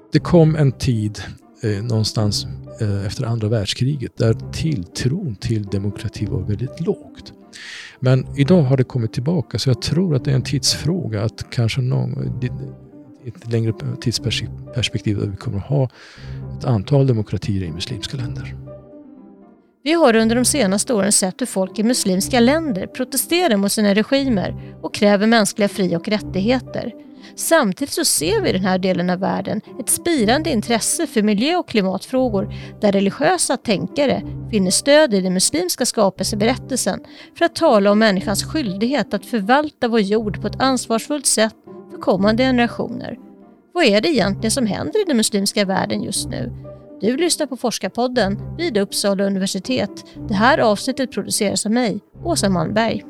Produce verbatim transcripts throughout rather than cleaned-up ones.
Det kom en tid eh, någonstans eh, efter andra världskriget där tilltron till demokrati var väldigt lågt. Men idag har det kommit tillbaka, så jag tror att det är en tidsfråga att kanske någon, ett längre tidsperspektiv där vi kommer att ha ett antal demokratier i muslimska länder. Vi har under de senaste åren sett hur folk i muslimska länder protesterar mot sina regimer och kräver mänskliga fri- och rättigheter. Samtidigt så ser vi i den här delen av världen ett spirande intresse för miljö- och klimatfrågor där religiösa tänkare finner stöd i den muslimska skapelseberättelsen för att tala om människans skyldighet att förvalta vår jord på ett ansvarsfullt sätt för kommande generationer. Vad är det egentligen som händer i den muslimska världen just nu? Du lyssnar på Forskarpodden vid Uppsala universitet. Det här avsnittet produceras av mig, Åsa Malmberg.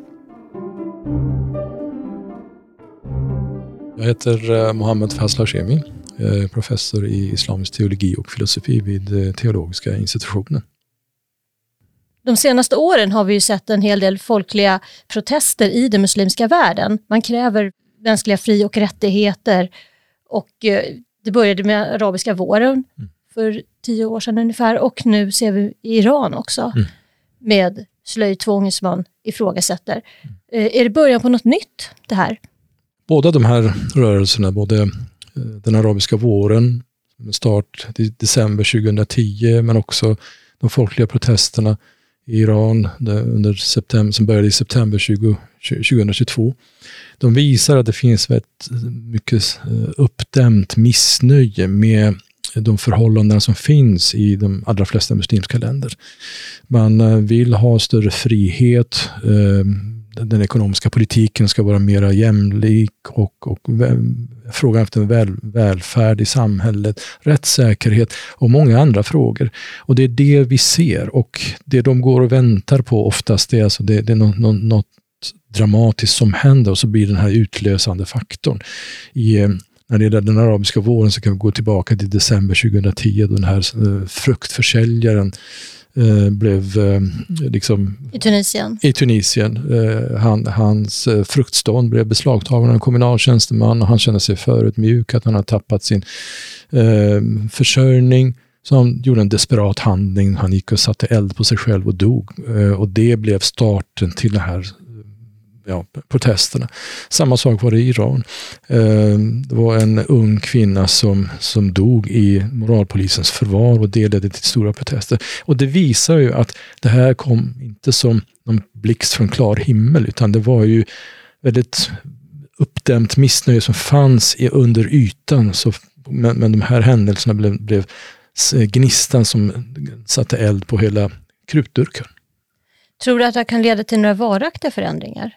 Jag heter Mohammed Fazl Hashemi, professor i islamisk teologi och filosofi vid teologiska institutionen. De senaste åren har vi ju sett en hel del folkliga protester i den muslimska världen. Man kräver mänskliga fri- och rättigheter, och det började med arabiska våren mm. för tio år sedan ungefär, och nu ser vi i Iran också mm. med slöjtvång som man ifrågasätter. Mm. Är det början på något nytt det här? Båda de här rörelserna, både den arabiska våren med start i december tjugohundratio, men också de folkliga protesterna i Iran under september, som började i september tjugo tjugohundratjugotvå. De visar att det finns ett mycket uppdämt missnöje med de förhållanden som finns i de allra flesta muslimska länder. Man vill ha större frihet, den ekonomiska politiken ska vara mer jämlik, och, och frågan efter väl, välfärd i samhället, rättssäkerhet och många andra frågor. Och det är det vi ser, och det de går och väntar på oftast är alltså det, det är något, något, något dramatiskt som händer, och så blir den här utlösande faktorn. I, när det gäller den arabiska våren så kan vi gå tillbaka till december tjugohundratio då den här uh, fruktförsäljaren uh, blev uh, liksom i Tunisien. I Tunisien. Uh, han, hans uh, fruktstånd blev beslagtagen av en kommunaltjänsteman, och han kände sig förutmjuk att han har tappat sin uh, försörjning. Så han gjorde en desperat handling. Han gick och satte eld på sig själv och dog. Uh, och det blev starten till det här Ja, protesterna. Samma sak var det i Iran. Det var en ung kvinna som, som dog i moralpolisens förvar, och det ledde till stora protester. Och det visar ju att det här kom inte som någon blixt från klar himmel, utan det var ju väldigt uppdämt missnöje som fanns i, under ytan. Så, men, men de här händelserna blev, blev gnistan som satte eld på hela krutdurken. Tror du att det kan leda till några varaktiga förändringar?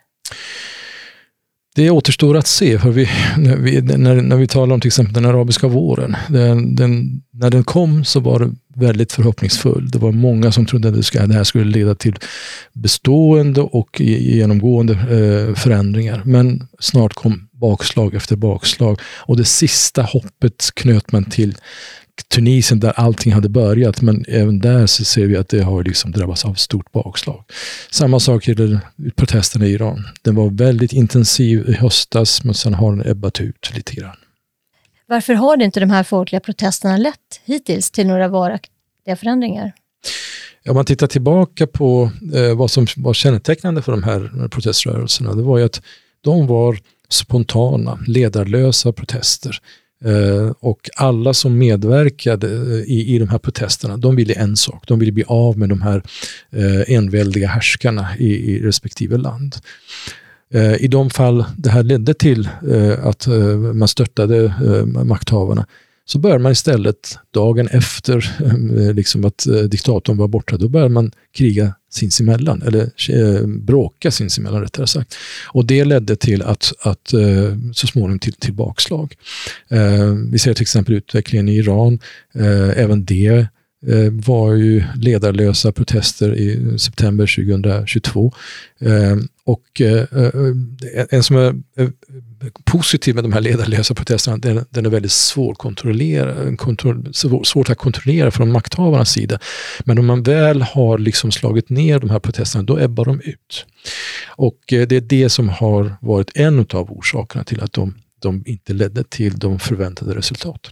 Det återstår att se, för vi, när, vi, när, när vi talar om till exempel den arabiska våren, den, den, när den kom så var det väldigt förhoppningsfull. Det var många som trodde att det, ska, det här skulle leda till bestående och genomgående eh, förändringar, men snart kom bakslag efter bakslag, och det sista hoppet knöt man till Tunisien där allting hade börjat, men även där så ser vi att det har liksom drabbats av stort bakslag. Samma sak gäller protesterna i Iran. Den var väldigt intensiv i höstas, men sen har den ebbat ut lite grann. Varför har det inte de här folkliga protesterna lett hittills till några varaktiga förändringar? Om man tittar tillbaka på eh, vad som var kännetecknande för de här proteströrelserna, det var ju att de var spontana, ledarlösa protester. Uh, och alla som medverkade i, i de här protesterna, de ville en sak. De ville bli av med de här uh, enväldiga härskarna i, i respektive land. Uh, I de fall det här ledde till uh, att uh, man störtade uh, makthavarna, så började man istället dagen efter uh, liksom att uh, diktatorn var borta, då började man kriga sinsemellan, eller eh, bråka sinsemellan rättare sagt. Och det ledde till att, att eh, så småningom till, till bakslag. Eh, vi ser till exempel utvecklingen i Iran. Eh, även det eh, var ju ledarlösa protester i september tjugohundratjugotvå. Eh, och eh, en som är eh, positiv med de här ledarlösa protesterna, den, den är väldigt svår kontrollera, kontroll, svår, svårt att kontrollera från makthavarnas sida. Men om man väl har liksom slagit ner de här protesterna, då ebbar de ut. Och eh, det är det som har varit en av orsakerna till att de, de inte ledde till de förväntade resultaten.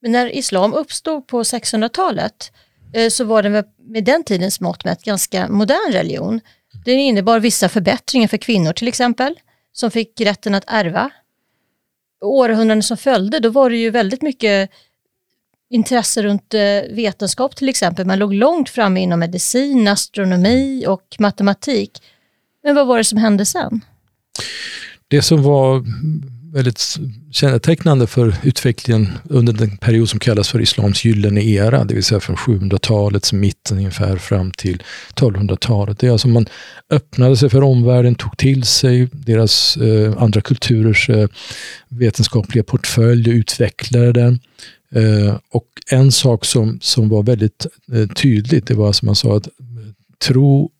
Men när islam uppstod på sexhundratalet så var den med den tidens mått mätt ganska modern religion. Den innebar vissa förbättringar för kvinnor till exempel, som fick rätten att ärva. Århundraden som följde, då var det ju väldigt mycket intresse runt vetenskap till exempel. Man låg långt framme inom medicin, astronomi och matematik. Men vad var det som hände sen? Det som var väldigt kännetecknande för utvecklingen under den period som kallas för islams gyllene era, det vill säga från sjuhundratalets mitten ungefär fram till tolvhundratalet. Det är alltså man öppnade sig för omvärlden, tog till sig deras eh, andra kulturers eh, vetenskapliga portfölj och utvecklade den. Eh, och en sak som, som var väldigt eh, tydligt, det var som man sa att tro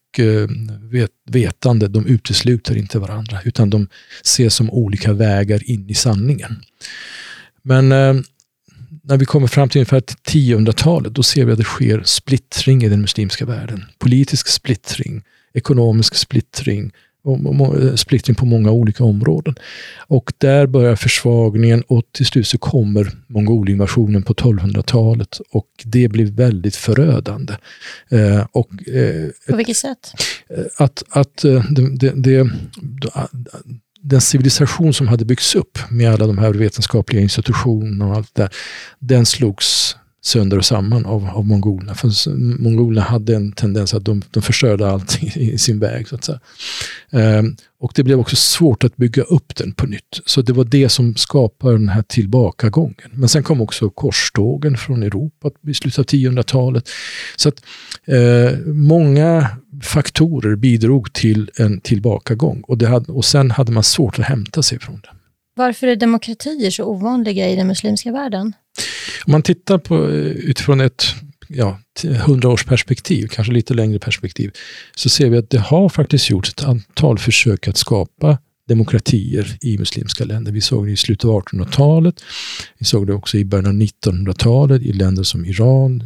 vetande, de utesluter inte varandra utan de ses som olika vägar in i sanningen. Men eh, när vi kommer fram till ungefär tiohundratalet, då ser vi att det sker splittring i den muslimska världen. Politisk splittring, ekonomisk splittring, splittring på många olika områden. Och där börjar försvagningen och till slut så kommer mongolinvasionen på tolvhundratalet och det blir väldigt förödande. Eh, och, eh, på vilket sätt? Att, att det, det, det, den civilisation som hade byggts upp med alla de här vetenskapliga institutionerna och allt där, den slogs sönder och samman av, av mongolerna. För mongolerna hade en tendens att de, de förstörde allt i, i sin väg. Så att säga. Ehm, och det blev också svårt att bygga upp den på nytt. Så det var det som skapade den här tillbakagången. Men sen kom också korstågen från Europa i slutet av tiohundratalet. Så att eh, många faktorer bidrog till en tillbakagång. Och, det hade, och sen hade man svårt att hämta sig från det. Varför är demokratier så ovanliga i den muslimska världen? Om man tittar på utifrån ett ja, hundraårs perspektiv, kanske lite längre perspektiv, så ser vi att det har faktiskt gjorts ett antal försök att skapa demokratier i muslimska länder. Vi såg det i slutet av artonhundratalet, vi såg det också i början av nittonhundratalet i länder som Iran,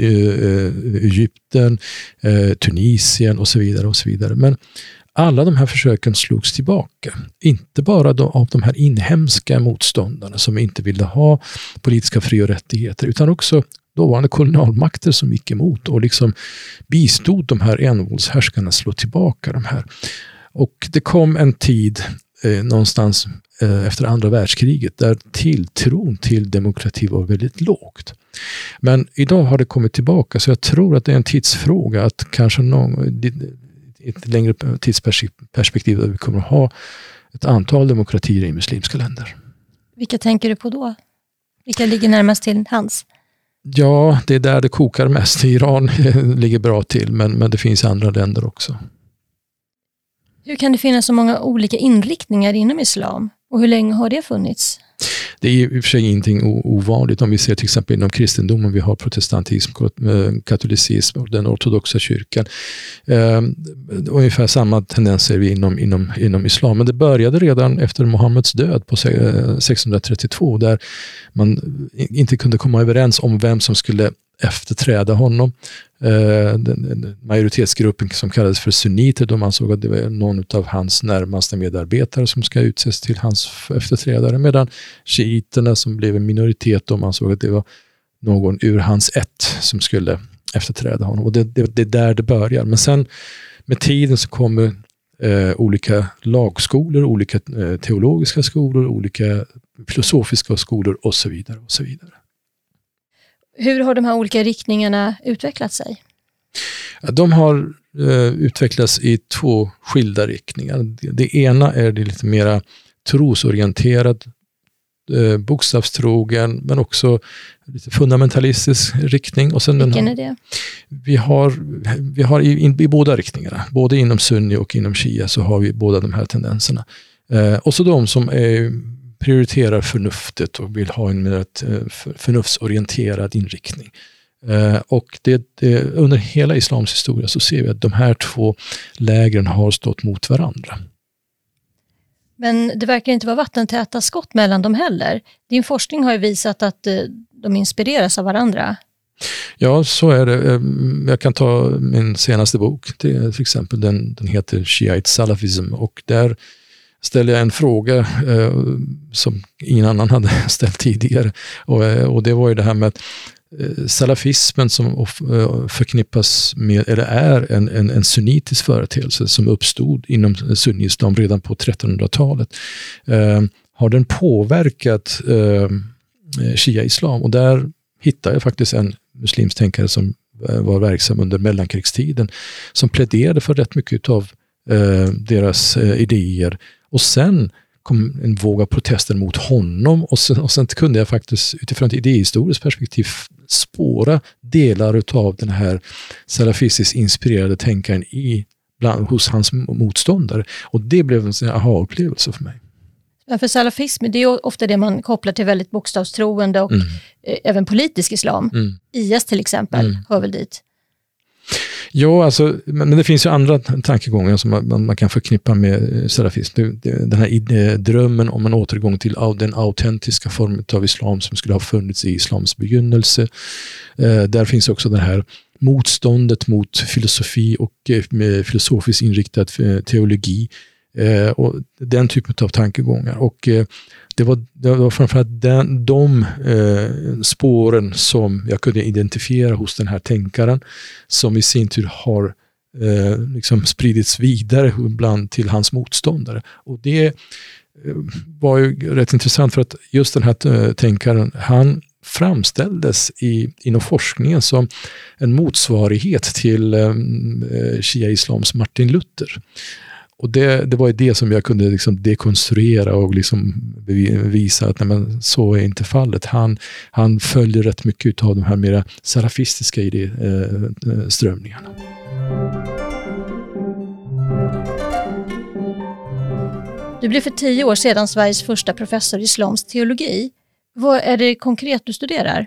Egypten, Tunisien och så vidare och så vidare. Men alla de här försöken slogs tillbaka. Inte bara då av de här inhemska motståndarna som inte ville ha politiska fri- och rättigheter, utan också dåvarande kolonialmakter som gick emot och liksom bistod de här envåldshärskarna slå tillbaka de här. Och det kom en tid eh, någonstans eh, efter andra världskriget där tilltron till demokrati var väldigt lågt. Men idag har det kommit tillbaka, så jag tror att det är en tidsfråga att kanske någon... ett längre tidsperspektiv där vi kommer att ha ett antal demokratier i muslimska länder. Vilka tänker du på då? Vilka ligger närmast till hands? Ja, det är där det kokar mest. Iran ligger bra till, men, men det finns andra länder också. Hur kan det finnas så många olika inriktningar inom islam? Och hur länge har det funnits? Det är i och för sig ingenting ovanligt. Om vi ser till exempel inom kristendomen, vi har protestantism, katolicism och den ortodoxa kyrkan. Eh, ungefär samma tendens ser vi inom, inom, inom islam. Men det började redan efter Muhammeds död på sexhundratrettiotvå, där man inte kunde komma överens om vem som skulle efterträda honom. Eh, den majoritetsgruppen som kallades för sunniter, de ansåg att det var någon av hans närmaste medarbetare som ska utses till hans efterträdare, medan shiiterna som blev en minoritet, de ansåg att det var någon ur hans ett som skulle efterträda honom. Och det, det, det är där det börjar. Men sen med tiden så kommer eh, olika lagskolor, olika eh, teologiska skolor, olika filosofiska skolor och så vidare och så vidare. Hur har de här olika riktningarna utvecklat sig? De har eh, utvecklats i två skilda riktningar. Det, det ena är det lite mera trosorienterad, eh, bokstavstrogen, men också lite fundamentalistisk riktning. Och sen Vilken den här, är det? Vi har, vi har i, i, i båda riktningarna, både inom sunni och inom shia, så har vi båda de här tendenserna. Eh, och så de som är prioriterar förnuftet och vill ha en mer förnuftsorienterad inriktning. Eh, och det, det, under hela islams historia så ser vi att de här två lägren har stått mot varandra. Men det verkar inte vara vattentäta skott mellan dem heller. Din forskning har ju visat att eh, de inspireras av varandra. Ja, så är det. Jag kan ta min senaste bok, till exempel. Den, den heter Shiite Salafism, och där ställde jag en fråga eh, som ingen annan hade ställt tidigare. Och, och det var ju det här med att eh, salafismen som eh, förknippas med, eller är en, en, en sunnitisk företeelse som uppstod inom sunnislam redan på trettonhundratalet. Eh, har den påverkat eh, shia-islam? Och där hittar jag faktiskt en muslimsk tänkare som var verksam under mellankrigstiden som pläderade för rätt mycket av eh, deras eh, idéer. Och sen kom en våg av protester mot honom och sen, och sen kunde jag faktiskt utifrån ett idéhistoriskt perspektiv spåra delar av den här salafistiskt inspirerade tänkaren i, bland, hos hans motståndare. Och det blev en aha-upplevelse för mig. Ja, för salafism, det är ofta det man kopplar till väldigt bokstavstroende och mm. även politisk islam. Mm. I S till exempel mm. hör väl dit. Ja, alltså, men det finns ju andra tankegångar som man, man kan förknippa med salafism. Den här idé, drömmen om en återgång till den autentiska formen av islam som skulle ha funnits i islams begynnelse. Eh, där finns också det här motståndet mot filosofi och med filosofiskt inriktad teologi. Eh, och den typen av tankegångar. Och eh, det, var, det var framförallt den, de eh, spåren som jag kunde identifiera hos den här tänkaren som i sin tur har eh, liksom spridits vidare ibland till hans motståndare. Och det eh, var ju rätt intressant för att just den här äh, tänkaren, han framställdes i, inom forskningen som en motsvarighet till eh, shia-islams Martin Luther. Och det, det var ju det som jag kunde liksom dekonstruera och liksom visa att nej, men så är inte fallet. Han, han följer rätt mycket av de här mera salafistiska idé, eh, strömningarna. Du blev för tio år sedan Sveriges första professor i islamsk teologi. Vad är det konkret du studerar?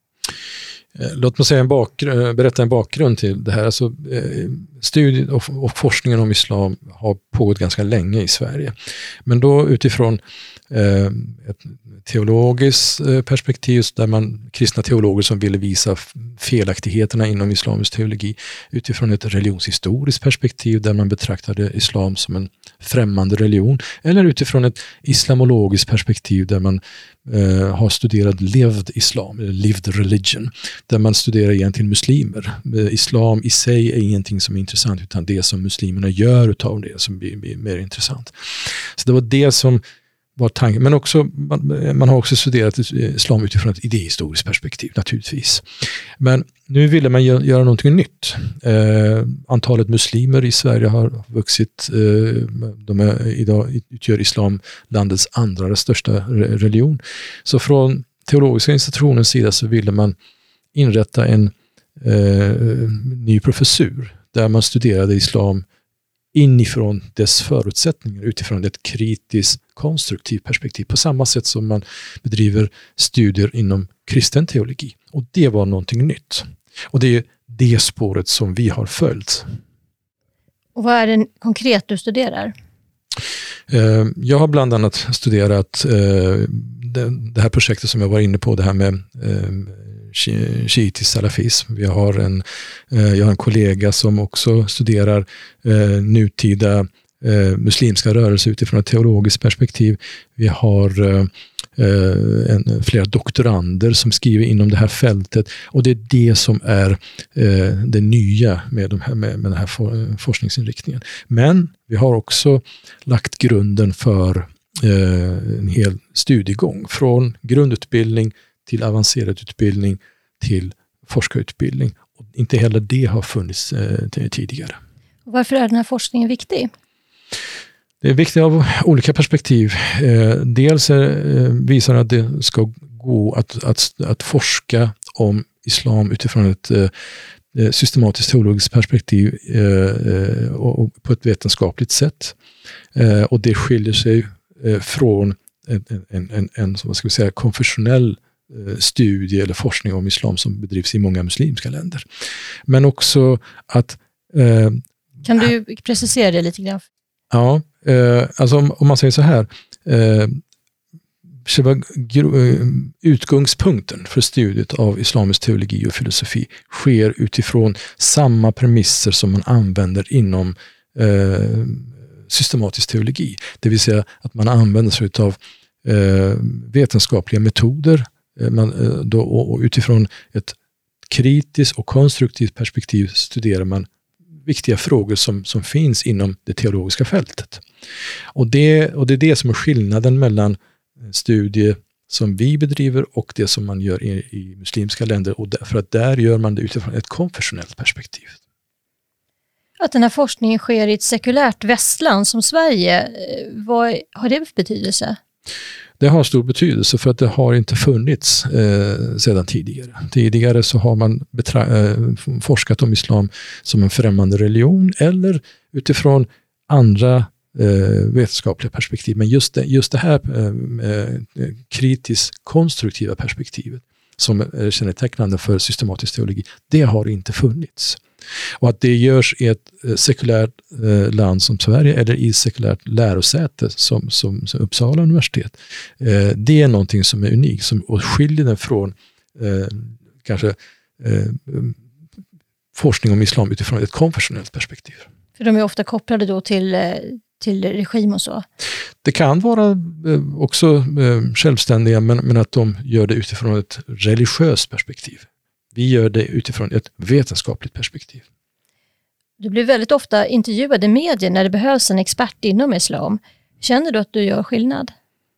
Låt mig säga en bakgrund, berätta en bakgrund till det här. Alltså, eh, studier och, och forskningen om islam har pågått ganska länge i Sverige. Men då utifrån eh, ett teologiskt eh, perspektiv där man, kristna teologer som ville visa felaktigheterna inom islamisk teologi, utifrån ett religionshistoriskt perspektiv där man betraktade islam som en främmande religion, eller utifrån ett islamologiskt perspektiv där man eh, har studerat lived islam, eller lived religion, där man studerar egentligen muslimer. Eh, islam i sig är ingenting som är intressant, utan det som muslimerna gör utav det som blir, blir mer intressant. Så det var det som var tanken. Men också, man, man har också studerat islam utifrån ett idéhistoriskt perspektiv, naturligtvis. Men nu ville man gö- göra någonting nytt. Eh, antalet muslimer i Sverige har vuxit. Eh, de är, idag utgör islam landets andra största re- religion. Så från teologiska institutionens sida så ville man inrätta en eh, ny professur där man studerade islam inifrån dess förutsättningar, utifrån ett kritiskt konstruktivt perspektiv, på samma sätt som man bedriver studier inom kristen teologi. Och det var någonting nytt. Och det är det spåret som vi har följt. Och vad är det konkret du studerar? Jag har bland annat studerat det här projektet som jag var inne på, det här med shiitisk salafism. Vi har en, jag har en kollega som också studerar nutida muslimska rörelser utifrån ett teologiskt perspektiv. Vi har en, flera doktorander som skriver inom det här fältet, och det är det som är eh, det nya med, de här, med, med den här for, forskningsinriktningen. Men vi har också lagt grunden för eh, en hel studiegång från grundutbildning till avancerad utbildning till forskarutbildning. Och inte heller det har funnits eh, tidigare. Varför är den här forskningen viktig? Det är viktigt av olika perspektiv. Eh, dels är, eh, visar att det ska gå att, att, att forska om islam utifrån ett eh, systematiskt teologiskt perspektiv eh, och, och på ett vetenskapligt sätt. Eh, och det skiljer sig eh, från en, en, en, en vad ska vi säga, konfessionell eh, studie eller forskning om islam som bedrivs i många muslimska länder. Men också att... Eh, kan du precisera det lite grann? Ja, eh, alltså om, om man säger så här, eh, själva gr- utgångspunkten för studiet av islamisk teologi och filosofi sker utifrån samma premisser som man använder inom eh, systematisk teologi. Det vill säga att man använder sig av eh, vetenskapliga metoder eh, man, eh, då, och, och utifrån ett kritiskt och konstruktivt perspektiv studerar man viktiga frågor som, som finns inom det teologiska fältet. Och det, och det är det som är skillnaden mellan studier som vi bedriver och det som man gör i, i muslimska länder. Och för att där gör man det utifrån ett konfessionellt perspektiv. Att den här forskningen sker i ett sekulärt västland som Sverige, vad har det för betydelse? Det har stor betydelse för att det har inte funnits eh, sedan tidigare. Tidigare så har man betra- eh, forskat om islam som en främmande religion eller utifrån andra eh, vetenskapliga perspektiv. Men just det, just det här eh, kritiskt konstruktiva perspektivet som är kännetecknande för systematisk teologi, det har inte funnits. Och att det görs i ett sekulärt eh, land som Sverige eller i ett sekulärt lärosäte som, som, som Uppsala universitet, eh, det är någonting som är unikt som, och skiljer den från eh, kanske eh, forskning om islam utifrån ett konfessionellt perspektiv. För de är ofta kopplade då till, till regim och så? Det kan vara eh, också eh, självständiga men, men att de gör det utifrån ett religiöst perspektiv. Vi gör det utifrån ett vetenskapligt perspektiv. Du blir väldigt ofta intervjuad i medier när det behövs en expert inom islam. Känner du att du gör skillnad?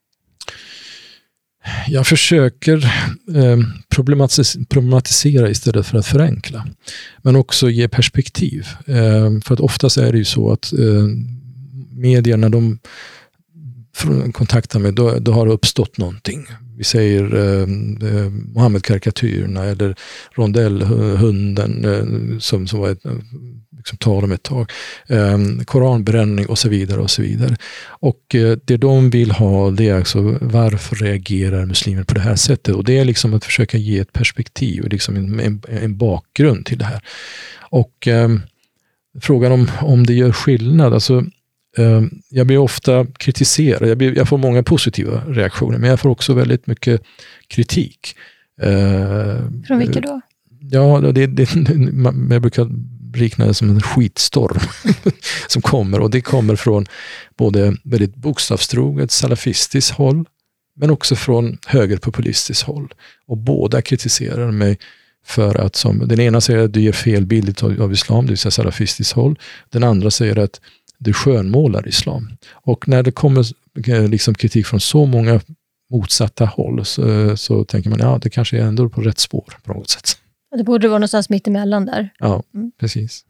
Jag försöker eh, problematis- problematisera istället för att förenkla. Men också ge perspektiv. Eh, för att oftast är det ju så att eh, medierna, de kontaktar mig, då, då har det uppstått någonting. Vi säger eh, eh, Mohammed-karikatyrerna eller rondellhunden eh, som, som var ett liksom, tal om ett tag. Eh, koranbränning och så vidare och så vidare. Och eh, det de vill ha, det är alltså varför reagerar muslimer på det här sättet? Och det är liksom att försöka ge ett perspektiv och liksom en, en, en bakgrund till det här. Och eh, frågan om, om det gör skillnad, alltså jag blir ofta kritiserad. Jag, blir, jag får många positiva reaktioner, men jag får också väldigt mycket kritik. Från vilka då? Ja, det, det, jag brukar likna det som en skitstorm som kommer. Och det kommer från både väldigt bokstavstroget salafistiskt håll, men också från högerpopulistiskt håll. Och båda kritiserar mig för att, som den ena säger att du ger fel bild av, av islam, det vill säga salafistiskt håll. Den andra säger att du skönmålar islam. Och när det kommer liksom kritik från så många motsatta håll så, så tänker man ja, det kanske är ändå på rätt spår på något sätt. Det borde vara någonstans mitt emellan där. Ja, mm. precis.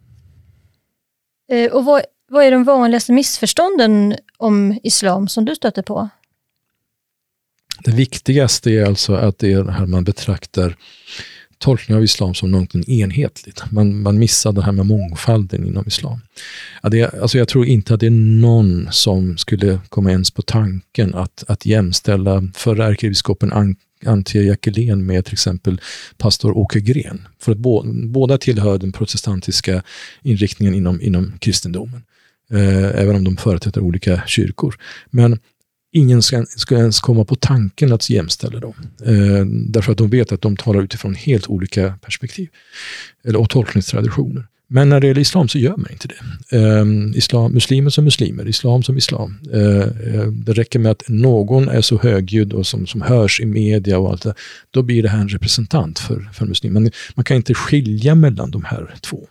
Eh, och vad, vad är de vanligaste missförstånden om islam som du stöter på? Det viktigaste är alltså att det är här man betraktar tolkning av islam som någonting enhetligt. Man, man missar det här med mångfalden inom islam. Ja, det, alltså jag tror inte att det är någon som skulle komma ens på tanken att, att jämställa förra ärkebiskopen An- Antje Jackelén med till exempel pastor Åke Gren. För att bo, båda tillhör den protestantiska inriktningen inom, inom kristendomen. Eh, även om de företräder olika kyrkor. Men ingen ska, ska ens komma på tanken att jämställa dem. Eh, därför att de vet att de talar utifrån helt olika perspektiv. Eller, och tolkningstraditioner. Men när det gäller islam så gör man inte det. Eh, islam, muslimer som muslimer, islam som islam. Eh, det räcker med att någon är så högljudd och som, som hörs i media och allt det. Då blir det här en representant för, för muslimer. Man, man kan inte skilja mellan de här två.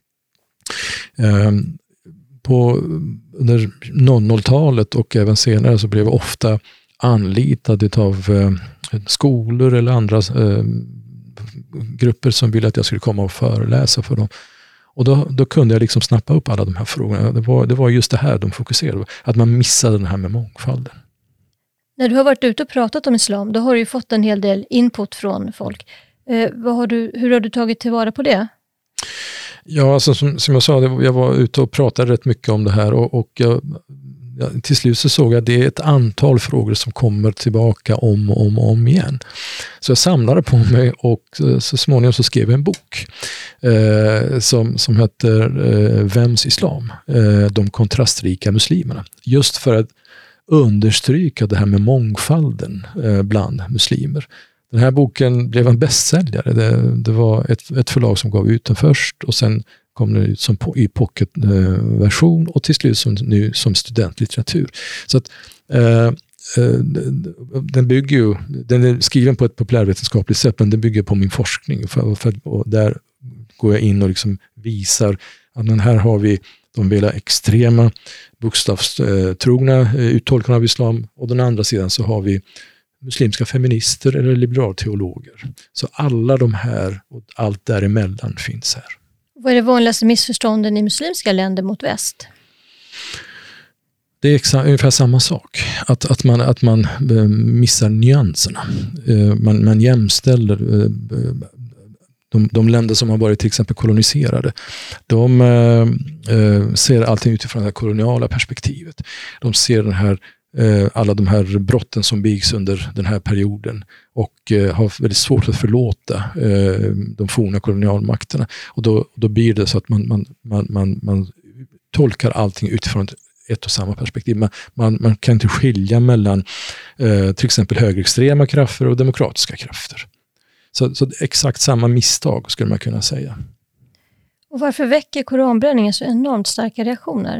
Eh, På under noll noll-talet och även senare så blev jag ofta anlitad av eh, skolor eller andra eh, grupper som ville att jag skulle komma och föreläsa för dem. Och då, då kunde jag liksom snappa upp alla de här frågorna. Det var, det var just det här de fokuserade på, att man missade den här med mångfalden. När du har varit ute och pratat om islam, då har du ju fått en hel del input från folk. Eh, vad har du, hur har du tagit tillvara på det? Ja, alltså som, som jag sa, jag var ute och pratade rätt mycket om det här och, och jag, jag, till slut så såg jag att det är ett antal frågor som kommer tillbaka om och om, om igen. Så jag samlade på mig och så småningom så skrev jag en bok eh, som, som heter eh, Vems islam? Eh, de kontrastrika muslimerna. Just för att understryka det här med mångfalden eh, bland muslimer. Den här boken blev en bästsäljare. Det, det var ett, ett förlag som gav ut den först och sen kom den ut som po- i pocketversion och till slut som, nu som studentlitteratur. Så att eh, den bygger ju, den är skriven på ett populärvetenskapligt sätt, men den bygger på min forskning. För, för, och där går jag in och liksom visar att den här har vi de vill ha extrema bokstavstrogna uttolkningar av islam, och den andra sidan så har vi muslimska feminister eller liberalteologer. Så alla de här och allt däremellan finns här. Vad är det vanligaste missförstånden i muslimska länder mot väst? Det är exa- ungefär samma sak. Att, att, man, att man missar nyanserna. Man, man jämställer de, de länder som har varit till exempel koloniserade. De eh, ser allting utifrån det här koloniala perspektivet. De ser den här alla de här brotten som begicks under den här perioden och eh, har väldigt svårt att förlåta eh, de forna kolonialmakterna. Och då, då blir det så att man, man, man, man, man tolkar allting utifrån ett, ett och samma perspektiv. Man, man, man kan inte skilja mellan eh, till exempel högerextrema krafter och demokratiska krafter. Så, så exakt samma misstag skulle man kunna säga. Och varför väcker koranbränningen så enormt starka reaktioner?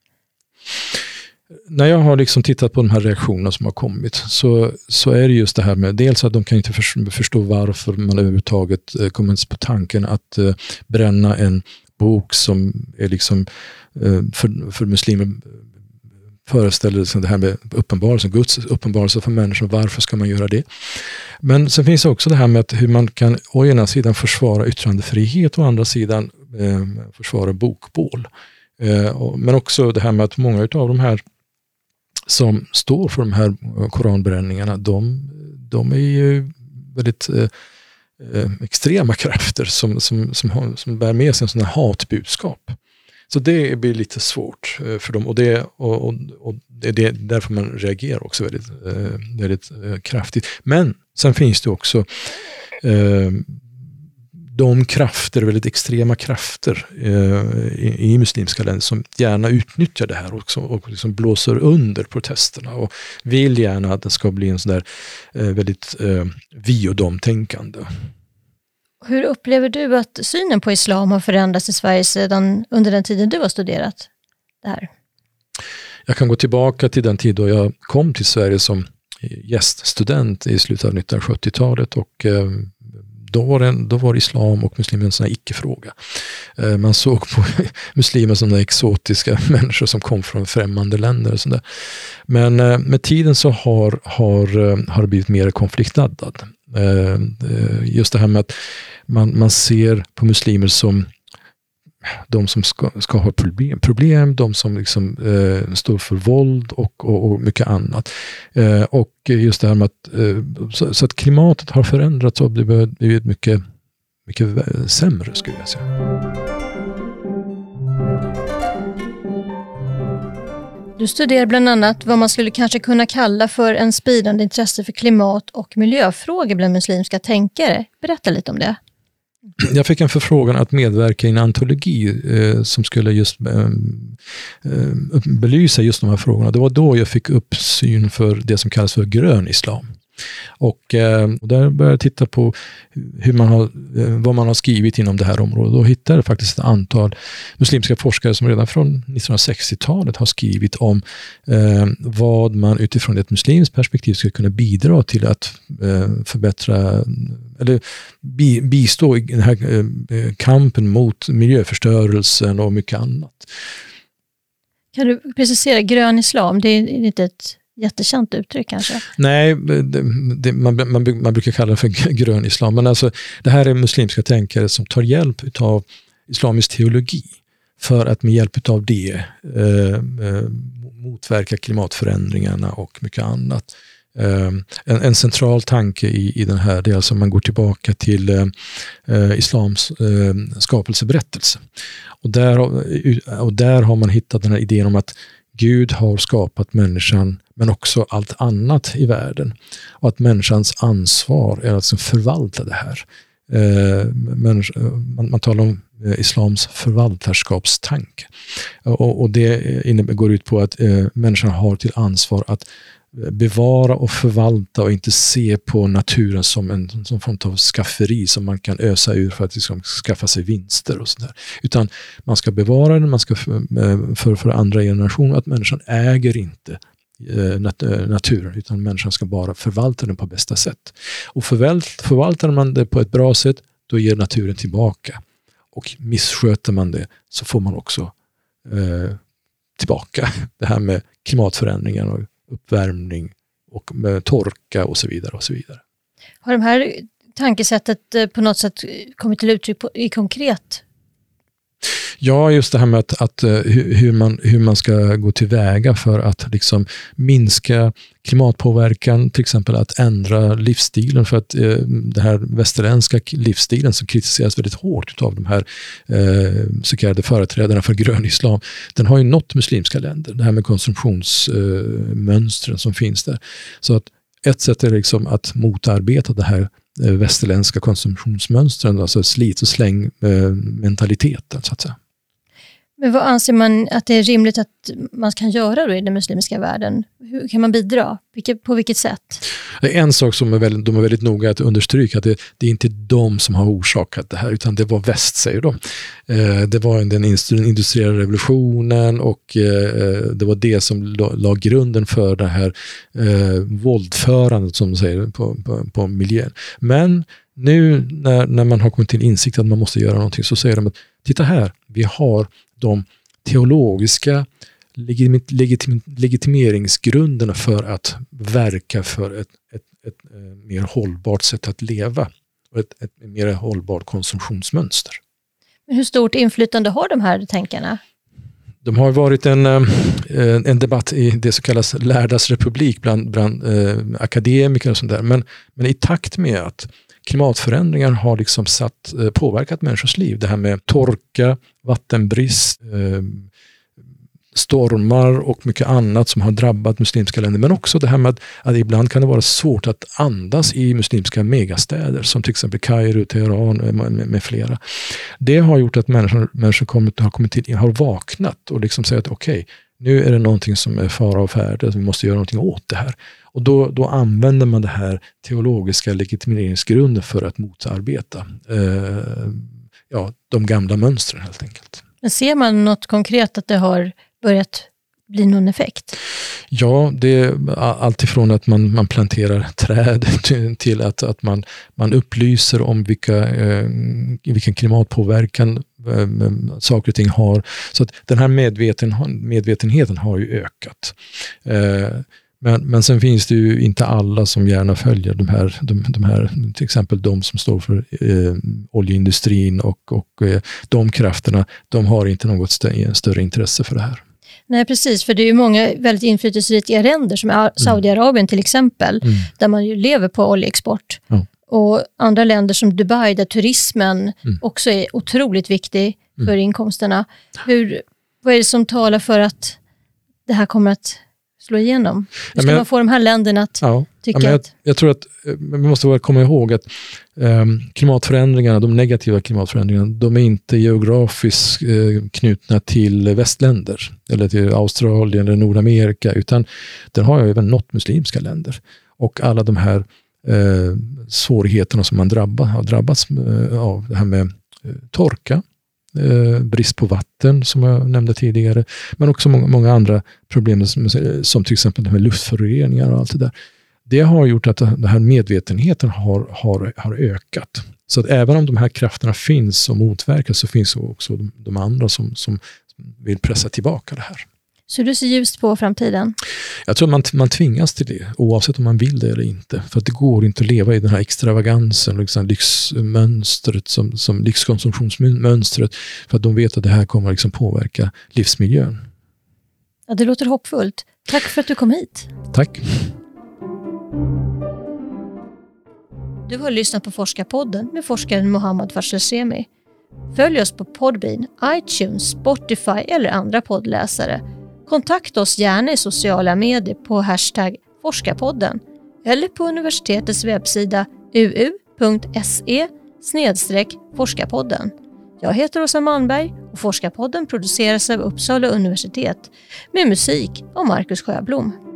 När jag har liksom tittat på de här reaktionerna som har kommit så, så är det just det här med dels att de kan inte förstå varför man överhuvudtaget kommer på tanken att uh, bränna en bok som är liksom uh, för, för muslimer föreställer sig det här med uppenbarelse, Guds uppenbarelse för människor. Varför ska man göra det? Men sen finns det också det här med att hur man kan å ena sidan försvara yttrandefrihet och å andra sidan uh, försvara bokbål. Uh, men också det här med att många av de här som står för de här koranbränningarna, de, de är ju väldigt eh, extrema krafter som, som, som, har, som bär med sig en sån här hatbudskap. Så det blir lite svårt eh, för dem, och det, och, och, och det är därför man reagerar också väldigt, eh, väldigt eh, kraftigt. Men sen finns det också eh, de krafter, väldigt extrema krafter eh, i, i muslimska länder som gärna utnyttjar det här också och liksom blåser under protesterna och vill gärna att det ska bli en sån där eh, väldigt eh, vi och dom-tänkande. Hur upplever du att synen på islam har förändrats i Sverige sedan under den tiden du har studerat det här? Jag kan gå tillbaka till den tid då jag kom till Sverige som gäststudent i slutet av nittonhundrasjuttiotalet, och eh, Då var, det, då var islam och muslimer en sån här icke-fråga. Eh, man såg på muslimer som exotiska människor som kom från främmande länder. Och sånt där. Men eh, med tiden så har, har, har det blivit mer konfliktladdat. Eh, just det här med att man, man ser på muslimer som de som ska, ska ha problem, problem de som liksom, eh, står för våld och, och, och mycket annat. Eh, och just det här med att, eh, så, så att klimatet har förändrats och blivit mycket, mycket sämre, skulle jag säga. Du studerar bland annat vad man skulle kanske kunna kalla för en spridande intresse för klimat- och miljöfrågor bland muslimska tänkare. Berätta lite om det. Jag fick en förfrågan att medverka i en antologi eh, som skulle just eh, belysa just de här frågorna. Det var då jag fick upp syn för det som kallas för grön islam. Och, eh, och där började jag titta på hur man har, eh, vad man har skrivit inom det här området. Då hittade jag faktiskt ett antal muslimska forskare som redan från nittonhundrasextiotalet har skrivit om eh, vad man utifrån ett muslimskt perspektiv skulle kunna bidra till att eh, förbättra eller bi, bistå i den här eh, kampen mot miljöförstörelsen och mycket annat. Kan du precisera grön islam? Det är inte ett jättekänt uttryck kanske? Nej, det, det, man, man, man brukar kalla det för grön islam. Men alltså, det här är muslimska tänkare som tar hjälp av islamisk teologi för att med hjälp av det eh, motverka klimatförändringarna och mycket annat. Eh, en, en central tanke i, i den här, det är alltså man går tillbaka till eh, islams eh, skapelseberättelse. Och där, och där har man hittat den här idén om att Gud har skapat människan men också allt annat i världen. Och att människans ansvar är att förvalta det här. Eh, man, man talar om eh, islams förvaltarskapstanke. Och, och det innebär, går ut på att eh, människan har till ansvar att bevara och förvalta och inte se på naturen som en som form av skafferi som man kan ösa ur för att liksom skaffa sig vinster och sådär. Utan man ska bevara den, man ska för, för, för andra generationer, att människan äger inte naturen, utan människan ska bara förvalta den på bästa sätt. Och förvält, förvaltar man det på ett bra sätt, då ger naturen tillbaka. Och missköter man det så får man också eh, tillbaka det här med klimatförändringar och uppvärmning och med torka och så vidare och så vidare. Har de här tankesättet på något sätt kommit till uttryck på, i konkret? Ja, just det här med att, att hur, man, hur man ska gå tillväga för att liksom minska klimatpåverkan, till exempel att ändra livsstilen, för att eh, den här västerländska livsstilen som kritiseras väldigt hårt av de här eh, så kallade företrädarna för grön islam, den har ju nått muslimska länder, det här med konsumtionsmönstren eh, som finns där. Så att ett sätt är liksom att motarbeta det här eh, västerländska konsumtionsmönstren, alltså slit och släng eh, mentaliteten så att säga. Men vad anser man att det är rimligt att man kan göra då i den muslimska världen? Hur kan man bidra? Vilket, på vilket sätt? Det är en sak som är väldigt, de är väldigt noga att understryka, att det, det är inte de som har orsakat det här, utan det var väst, säger de. Eh, det var den industriella revolutionen och eh, det var det som la, la grunden för det här eh, våldförandet, som de säger, på, på, på miljön. Men nu när, när man har kommit till insikt att man måste göra någonting, så säger de att titta här, vi har de teologiska legitim, legitim, legitimeringsgrunderna för att verka för ett, ett, ett, ett mer hållbart sätt att leva och ett, ett mer hållbart konsumtionsmönster. Men hur stort inflytande har de här tänkarna? De har varit en, en debatt i det så kallas lärdas republik bland, bland eh, akademiker och sånt där. Men, men i takt med att klimatförändringar har liksom satt, påverkat människors liv. Det här med torka, vattenbrist, eh, stormar och mycket annat som har drabbat muslimska länder. Men också det här med att, att ibland kan det vara svårt att andas i muslimska megastäder som till exempel Kairo, Teheran med, med flera. Det har gjort att människor, människor kommit, har, kommit till, har vaknat och liksom säger att okej, okay, nu är det någonting som är fara och färde, vi måste göra någonting åt det här. Och då, då använder man det här teologiska legitimeringsgrunden för att motarbeta eh, ja, de gamla mönstren helt enkelt. Men ser man något konkret att det har börjat bli någon effekt? Ja, det är allt ifrån att man, man planterar träd till, till att, att man, man upplyser om vilka, eh, vilken klimatpåverkan eh, saker och ting har. Så att den här medveten, medvetenheten har ju ökat. Eh, Men, men sen finns det ju inte alla som gärna följer de här, de, de här till exempel de som står för eh, oljeindustrin och, och eh, de krafterna, de har inte något större, större intresse för det här. Nej, precis, för det är ju många väldigt inflytelserika länder som är Saudiarabien till exempel, mm. där man ju lever på oljeexport. Mm. Och andra länder som Dubai där turismen mm. också är otroligt viktig för mm. inkomsterna. Hur, vad är det som talar för att det här kommer att slå igenom? Hur ska ja, man få de här länderna att ja, tycka ja, jag, att... Jag tror att vi måste bara komma ihåg att um, klimatförändringarna, de negativa klimatförändringarna, de är inte geografiskt uh, knutna till västländer eller till Australien eller Nordamerika, utan den har ju även nått muslimska länder. Och alla de här uh, svårigheterna som man drabbar, har drabbats uh, av, det här med uh, torka, Eh, brist på vatten som jag nämnde tidigare, men också många, många andra problem som, som till exempel med luftföroreningar och allt det där. Det har gjort att den här medvetenheten har, har, har ökat. Så att även om de här krafterna finns och motverkas, så finns också de, de andra som, som vill pressa tillbaka det här. Så du ser ljust på framtiden? Jag tror att man, man tvingas till det, oavsett om man vill det eller inte. För att det går inte att leva i den här extravagansen, liksom lyxmönstret, som, som lyxkonsumtionsmönstret. För att de vet att det här kommer liksom påverka livsmiljön. Ja, det låter hoppfullt. Tack för att du kom hit. Tack. Du har lyssnat på Forskarpodden med forskaren Mohammad Farzlesemi. Följ oss på Podbean, iTunes, Spotify eller andra poddläsare. Kontakta oss gärna i sociala medier på hashtag Forskarpodden eller på universitetets webbsida u u punkt s e snedstreck forskarpodden. Jag heter Åsa Malmberg och Forskarpodden produceras av Uppsala universitet med musik av Marcus Sjöblom.